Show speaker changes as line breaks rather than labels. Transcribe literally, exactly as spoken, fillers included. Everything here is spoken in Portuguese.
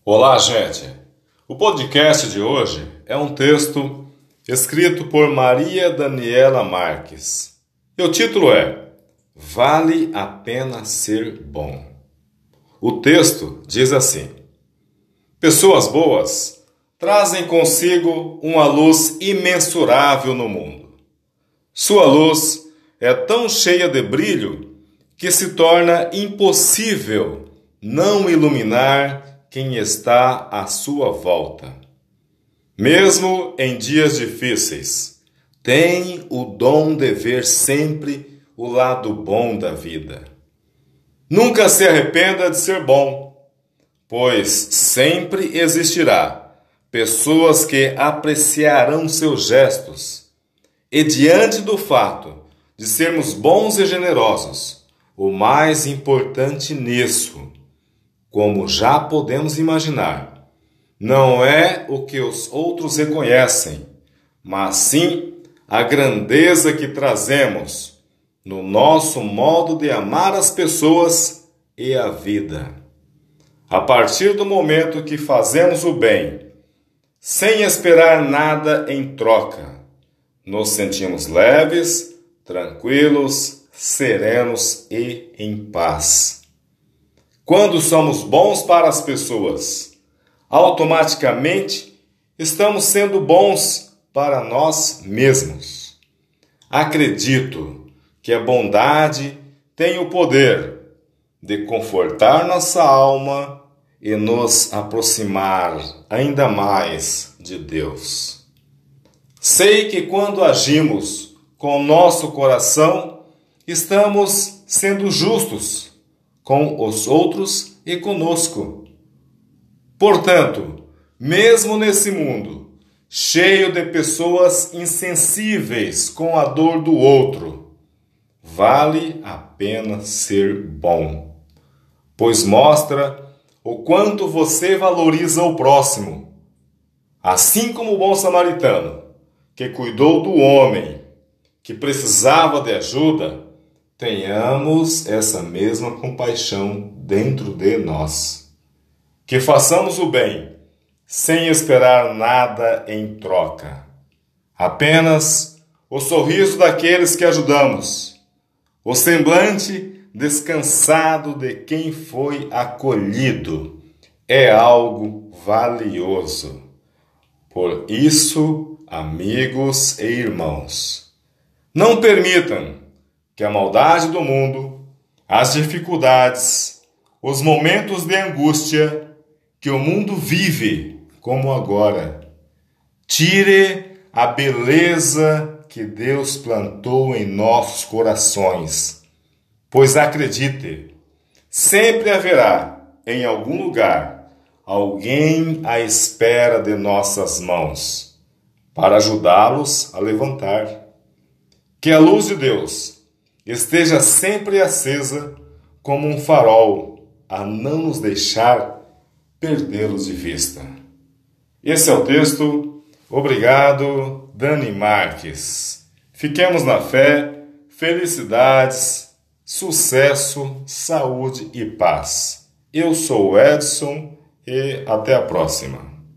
Olá, gente! O podcast de hoje é um texto escrito por Maria Daniela Marques. E o título é Vale a Pena Ser Bom. O texto diz assim: pessoas boas trazem consigo uma luz imensurável no mundo. Sua luz é tão cheia de brilho que se torna impossível não iluminar quem está à sua volta. Mesmo em dias difíceis, tem o dom de ver sempre o lado bom da vida. Nunca se arrependa de ser bom, pois sempre existirá pessoas que apreciarão seus gestos. E diante do fato de sermos bons e generosos, o mais importante nisso, como já podemos imaginar, não é o que os outros reconhecem, mas sim a grandeza que trazemos no nosso modo de amar as pessoas e a vida. A partir do momento que fazemos o bem, sem esperar nada em troca, nos sentimos leves, tranquilos, serenos e em paz. Quando somos bons para as pessoas, automaticamente estamos sendo bons para nós mesmos. Acredito que a bondade tem o poder de confortar nossa alma e nos aproximar ainda mais de Deus. Sei que quando agimos com o nosso coração, estamos sendo justos com os outros e conosco. Portanto, mesmo nesse mundo cheio de pessoas insensíveis com a dor do outro, vale a pena ser bom, pois mostra o quanto você valoriza o próximo. Assim como o bom samaritano, que cuidou do homem que precisava de ajuda, tenhamos essa mesma compaixão dentro de nós. Que façamos o bem, sem esperar nada em troca. Apenas o sorriso daqueles que ajudamos, o semblante descansado de quem foi acolhido, é algo valioso. Por isso, amigos e irmãos, não permitam que a maldade do mundo, as dificuldades, os momentos de angústia que o mundo vive, como agora, tire a beleza que Deus plantou em nossos corações. Pois acredite, sempre haverá, em algum lugar, alguém à espera de nossas mãos, para ajudá-los a levantar. Que a luz de Deus esteja sempre acesa como um farol, a não nos deixar perdê-los de vista. Esse é o texto. Obrigado, Dani Marques. Fiquemos na fé, felicidades, sucesso, saúde e paz. Eu sou o Edson e até a próxima.